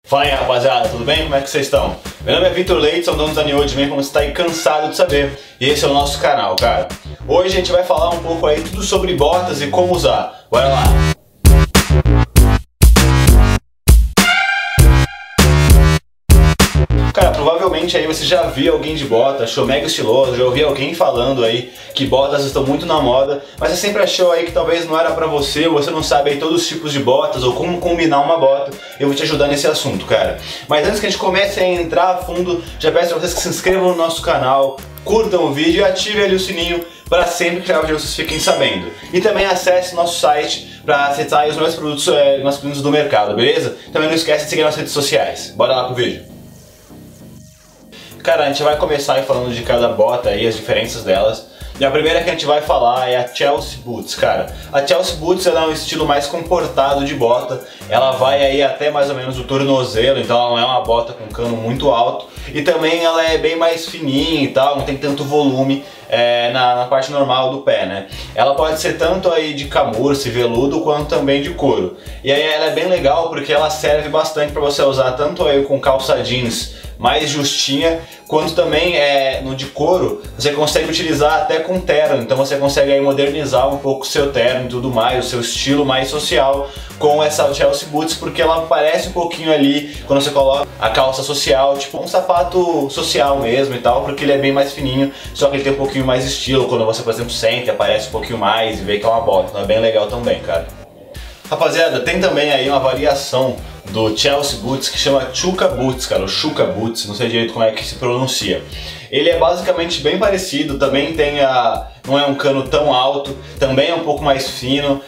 Fala aí, rapaziada, tudo bem? Como é que vocês estão? Meu nome é Vitor Leite, sou dono da Nioh Man, como você está aí cansado de saber. E esse é o nosso canal, cara. Hoje a gente vai falar um pouco aí tudo sobre botas e como usar. Bora lá! Cara, provavelmente aí você já viu alguém de bota, achou mega estiloso, já ouviu alguém falando aí que botas estão muito na moda, mas você sempre achou aí que talvez não era pra você, ou você não sabe aí todos os tipos de botas, ou como combinar uma bota. Eu vou te ajudar nesse assunto, cara. Mas antes que a gente comece a entrar a fundo, já peço pra vocês que se inscrevam no nosso canal, curtam o vídeo e ativem ali o sininho para sempre que vocês fiquem sabendo. E também acesse nosso site para acessar aí os meus produtos masculinos do mercado, beleza? Também não esquece de seguir nas redes sociais. Bora lá pro vídeo. Cara, a gente vai começar aí falando de cada bota aí, as diferenças delas. E a primeira que a gente vai falar é a Chelsea Boots, cara. A Chelsea Boots ela é um estilo mais comportado de bota. Ela vai aí até mais ou menos o tornozelo, então ela não é uma bota com cano muito alto. E também ela é bem mais fininha e tal, não tem tanto volume na parte normal do pé, né? Ela pode ser tanto aí de camurça e veludo, quanto também de couro. E aí ela é bem legal porque ela serve bastante para você usar tanto aí com calça jeans mais justinha, quanto também no de couro, você consegue utilizar até com terno, então você consegue aí modernizar um pouco o seu terno e tudo mais, o seu estilo mais social com essa Chelsea Boots, porque ela parece um pouquinho ali, quando você coloca a calça social, tipo um sapato social mesmo e tal, porque ele é bem mais fininho, só que ele tem um pouquinho mais estilo, quando você, por exemplo, sente, aparece um pouquinho mais e vê que é uma bota, então é bem legal também, cara. Rapaziada, tem também aí uma variação do Chelsea Boots que chama Chukka Boots, cara, o Chukka Boots, não sei direito como é que se pronuncia. Ele é basicamente bem parecido, também tem não é um cano tão alto, também é um pouco mais fino,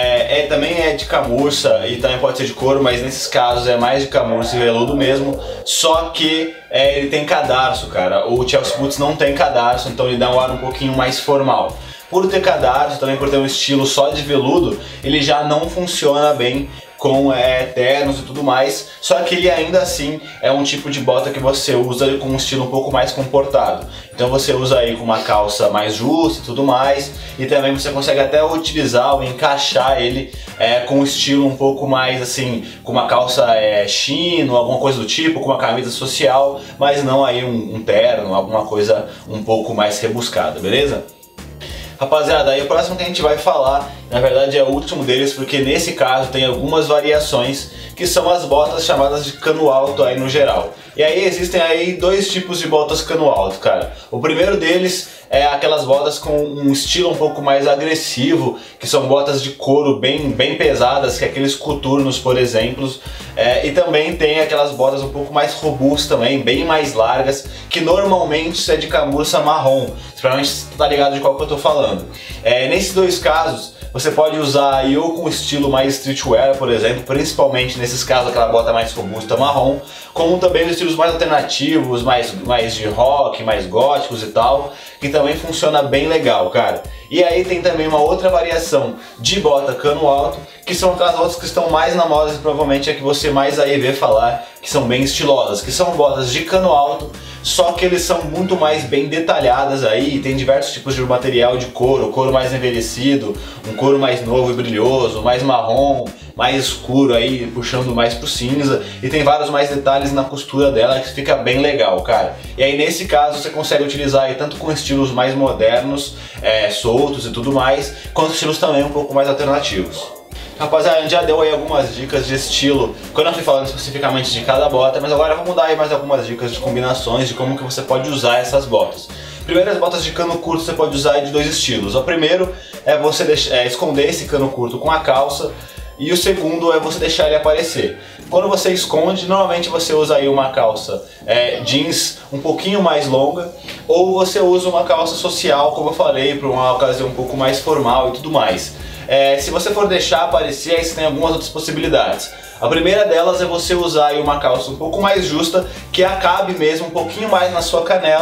também é de camurça e também pode ser de couro, mas nesses casos é mais de camurça e veludo mesmo, só que ele tem cadarço, cara. O Chelsea Boots não tem cadarço, então ele dá um ar um pouquinho mais formal. Por ter cadarço, também por ter um estilo só de veludo, ele já não funciona bem com ternos e tudo mais, só que ele ainda assim é um tipo de bota que você usa com um estilo um pouco mais comportado. Então você usa aí com uma calça mais justa e tudo mais, e também você consegue até utilizar ou encaixar ele com um estilo um pouco mais assim, com uma calça chino, alguma coisa do tipo, com uma camisa social, mas não aí um terno, alguma coisa um pouco mais rebuscada, beleza? Rapaziada, aí o próximo que a gente vai falar, na verdade é o último deles, porque nesse caso tem algumas variações, que são as botas chamadas de cano alto aí no geral. E aí existem aí dois tipos de botas cano alto, cara. O primeiro deles é aquelas botas com um estilo um pouco mais agressivo, que são botas de couro bem pesadas, que é aqueles coturnos, por exemplo. E também tem aquelas botas um pouco mais robustas também, bem mais largas, que normalmente é de camurça marrom. Provavelmente você tá ligado de qual que eu tô falando. Nesses dois casos, você pode usar aí ou com estilo mais streetwear, por exemplo, principalmente nesses casos aquela bota mais robusta marrom, como também os estilos mais alternativos, mais de rock, mais góticos e tal, que também funciona bem legal, cara. E aí tem também uma outra variação de bota cano alto, que são aquelas botas que estão mais na moda e provavelmente é que você mais aí vê falar, que são bem estilosas, que são botas de cano alto, só que eles são muito mais bem detalhadas aí, tem diversos tipos de material de couro mais envelhecido, um couro mais novo e brilhoso, mais marrom, mais escuro aí, puxando mais pro cinza, e tem vários mais detalhes na costura dela que fica bem legal, cara. E aí nesse caso você consegue utilizar aí tanto com estilos mais modernos, soltos e tudo mais, quanto estilos também um pouco mais alternativos. Rapaziada, a gente já deu aí algumas dicas de estilo, quando eu não fui falando especificamente de cada bota, mas agora vamos dar aí mais algumas dicas de combinações de como que você pode usar essas botas. Primeiro, as botas de cano curto você pode usar de dois estilos. O primeiro é você esconder esse cano curto com a calça, e o segundo é você deixar ele aparecer. Quando você esconde, normalmente você usa aí uma calça jeans um pouquinho mais longa, ou você usa uma calça social, como eu falei, para uma ocasião um pouco mais formal e tudo mais. Se você for deixar aparecer, aí você tem algumas outras possibilidades. A primeira delas é você usar aí uma calça um pouco mais justa, que acabe mesmo um pouquinho mais na sua canela,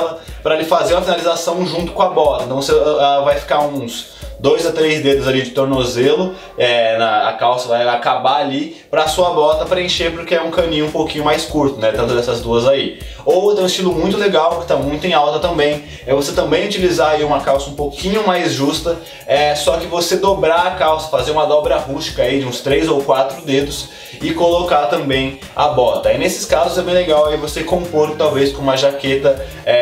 para ele fazer uma finalização junto com a bota. Então ela vai ficar uns 2 a 3 dedos ali de tornozelo, a calça vai acabar ali para sua bota preencher, porque é um caninho um pouquinho mais curto, né? Tanto dessas duas aí. Ou tem um estilo muito legal, que está muito em alta também, é você também utilizar aí uma calça um pouquinho mais justa, só que você dobrar a calça, fazer uma dobra rústica aí de uns 3 ou 4 dedos e colocar também a bota. Aí nesses casos é bem legal aí você compor talvez com uma jaqueta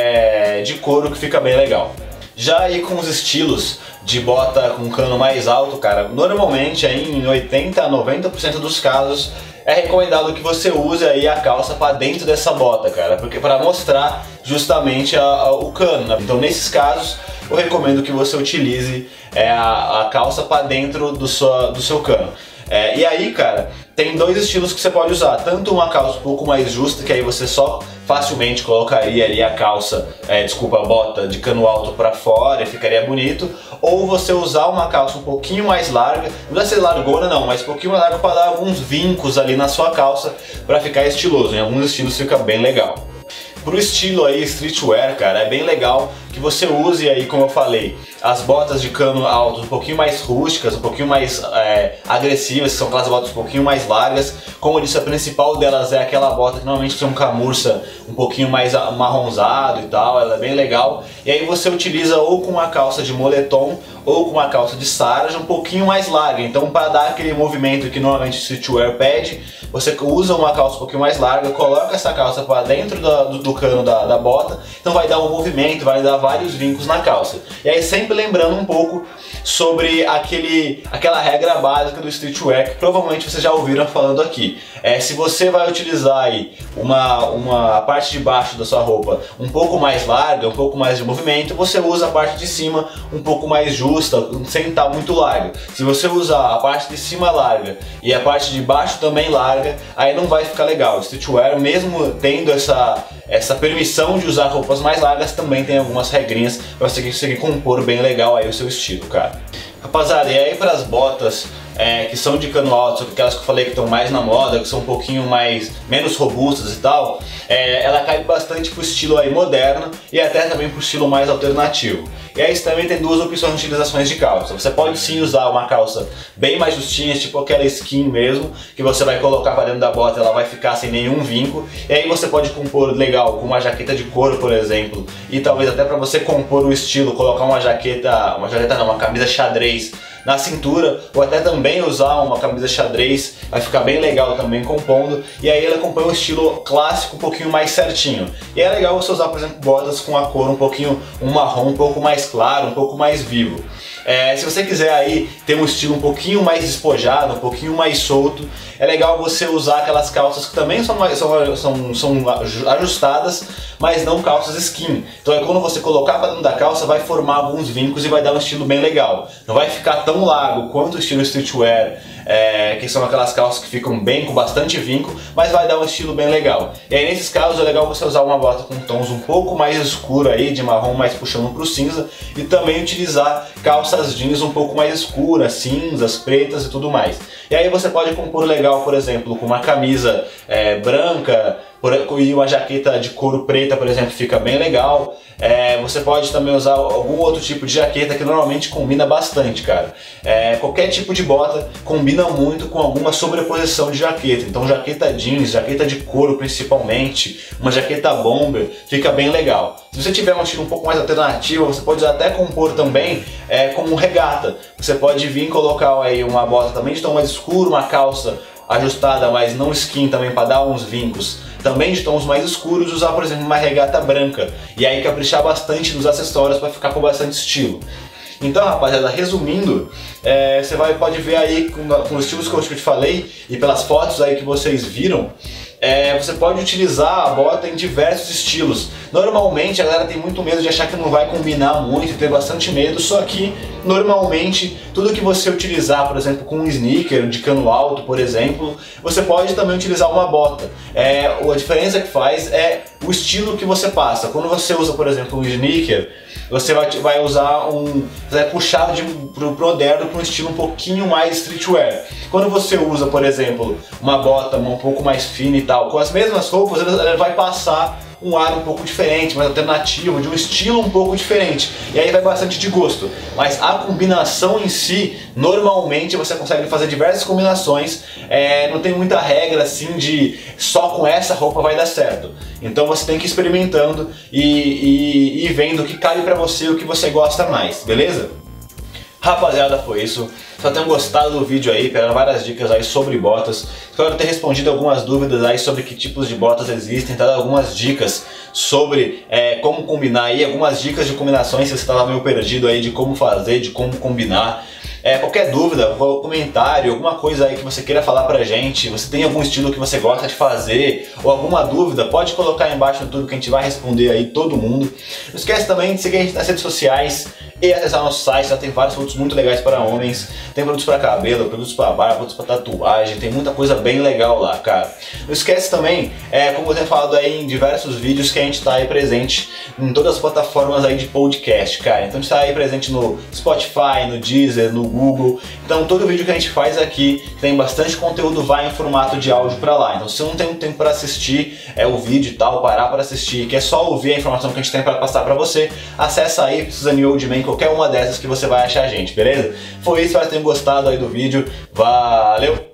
de couro, que fica bem legal. Já aí com os estilos de bota com cano mais alto, cara, normalmente aí em 80 a 90% dos casos é recomendado que você use aí a calça para dentro dessa bota, cara, porque para mostrar justamente o cano, né? Então nesses casos eu recomendo que você utilize a calça para dentro do seu cano. E aí, cara, tem dois estilos que você pode usar, tanto uma calça um pouco mais justa, que aí você só facilmente colocaria ali a calça, a bota de cano alto para fora e ficaria bonito, ou você usar uma calça um pouquinho mais larga, não precisa ser largona não, mas um pouquinho mais larga para dar alguns vincos ali na sua calça para ficar estiloso. Em alguns estilos fica bem legal. Pro estilo aí streetwear, cara, é bem legal que você use aí, como eu falei, as botas de cano alto um pouquinho mais rústicas, um pouquinho mais agressivas, que são aquelas botas um pouquinho mais largas. Como eu disse, a principal delas é aquela bota que normalmente tem um camurça um pouquinho mais marronzado e tal, ela é bem legal. E aí você utiliza ou com uma calça de moletom ou com uma calça de sarja um pouquinho mais larga. Então, para dar aquele movimento que normalmente o streetwear pede, você usa uma calça um pouquinho mais larga, coloca essa calça para dentro do cano da bota, então vai dar um movimento, vai dar vários vincos na calça. E aí sempre lembrando um pouco sobre aquela regra básica do streetwear, que provavelmente vocês já ouviram falando aqui. Se você vai utilizar aí a parte de baixo da sua roupa um pouco mais larga, um pouco mais de movimento, você usa a parte de cima um pouco mais justa, sem estar muito larga. Se você usar a parte de cima larga e a parte de baixo também larga, aí não vai ficar legal. O streetwear, mesmo tendo essa permissão de usar roupas mais largas, também tem algumas regrinhas para você conseguir compor bem legal aí o seu estilo, cara. Rapaziada, e aí para as botas que são de cano alto, só que aquelas que eu falei que estão mais na moda, que são um pouquinho menos robustas e tal, ela cai bastante pro estilo aí moderno e até também pro estilo mais alternativo. E aí você também tem duas opções de utilizações de calça. Você pode sim usar uma calça bem mais justinha, tipo aquela skin mesmo, que você vai colocar para dentro da bota, ela vai ficar sem nenhum vinco. E aí você pode compor legal com uma jaqueta de couro, por exemplo, e talvez até para você compor o estilo, colocar uma camisa xadrez na cintura, ou até também usar uma camisa xadrez, vai ficar bem legal também compondo, e aí ela acompanha um estilo clássico um pouquinho mais certinho. E é legal você usar, por exemplo, botas com a cor um marrom um pouco mais claro, um pouco mais vivo. Se você quiser aí ter um estilo um pouquinho mais despojado, um pouquinho mais solto, é legal você usar aquelas calças que também são ajustadas, mas não calças skin. Então quando você colocar para dentro da calça, vai formar alguns vincos e vai dar um estilo bem legal. Não vai ficar tão largo quanto o estilo streetwear, que são aquelas calças que ficam bem com bastante vinco, mas vai dar um estilo bem legal. E aí nesses casos é legal você usar uma bota com tons um pouco mais escuro aí, de marrom mais puxando para o cinza, e também utilizar calças jeans um pouco mais escuras, cinzas, pretas e tudo mais. E aí você pode compor legal, por exemplo, com uma camisa branca e uma jaqueta de couro preta, por exemplo, fica bem legal. Você pode também usar algum outro tipo de jaqueta que normalmente combina bastante, cara. Qualquer tipo de bota combina muito com alguma sobreposição de jaqueta. Então jaqueta jeans, jaqueta de couro principalmente, uma jaqueta bomber, fica bem legal. Se você tiver um estilo um pouco mais alternativo, você pode até compor também como regata. Você pode vir colocar aí uma bota também de tom mais escuro, uma calça ajustada, mas não skin também, para dar uns vincos também de tons mais escuros, usar, por exemplo, uma regata branca, e aí caprichar bastante nos acessórios para ficar com bastante estilo. Então, rapaziada, resumindo, você pode ver aí com os estilos que eu te falei e pelas fotos aí que vocês viram, você pode utilizar a bota em diversos estilos. Normalmente a galera tem muito medo de achar que não vai combinar muito, tem bastante medo, só que normalmente tudo que você utilizar, por exemplo, com um sneaker de cano alto, por exemplo, você pode também utilizar uma bota. A diferença que faz é o estilo que você passa. Quando você usa, por exemplo, um sneaker, você vai usar vai puxar pro moderno, para um estilo um pouquinho mais streetwear. Quando você usa, por exemplo, uma bota um pouco mais fina e tal, com as mesmas roupas, ela vai passar um ar um pouco diferente, mais alternativo, de um estilo um pouco diferente. E aí vai bastante de gosto. Mas a combinação em si, normalmente você consegue fazer diversas combinações, não tem muita regra assim de só com essa roupa vai dar certo. Então você tem que ir experimentando e vendo o que cabe pra você, o que você gosta mais, beleza? Rapaziada, foi isso. Espero tenham gostado do vídeo aí, pegaram várias dicas aí sobre botas. Espero ter respondido algumas dúvidas aí sobre que tipos de botas existem, dado algumas dicas sobre como combinar aí, algumas dicas de combinações se você estava meio perdido aí de como fazer, de como combinar. Qualquer dúvida, comentário, alguma coisa aí que você queira falar pra gente, você tem algum estilo que você gosta de fazer, ou alguma dúvida, pode colocar aí embaixo no tudo que a gente vai responder aí todo mundo. Não esquece também de seguir a gente nas redes sociais e acessar nosso site, já tem vários produtos muito legais para homens, tem produtos para cabelo, produtos para barba, produtos para tatuagem, tem muita coisa bem legal lá, cara. Não esquece também, como eu tenho falado aí em diversos vídeos, que a gente está aí presente em todas as plataformas aí de podcast, cara. Então a gente está aí presente no Spotify, no Deezer, no Google. Então todo vídeo que a gente faz aqui tem bastante conteúdo, vai em formato de áudio para lá. Então se você não tem tempo para assistir o vídeo e tal, parar para assistir, que é só ouvir a informação que a gente tem para passar para você, acessa aí Suzane Oldman, qualquer uma dessas que você vai achar a gente, beleza? Foi isso, espero que tenham gostado aí do vídeo. Valeu!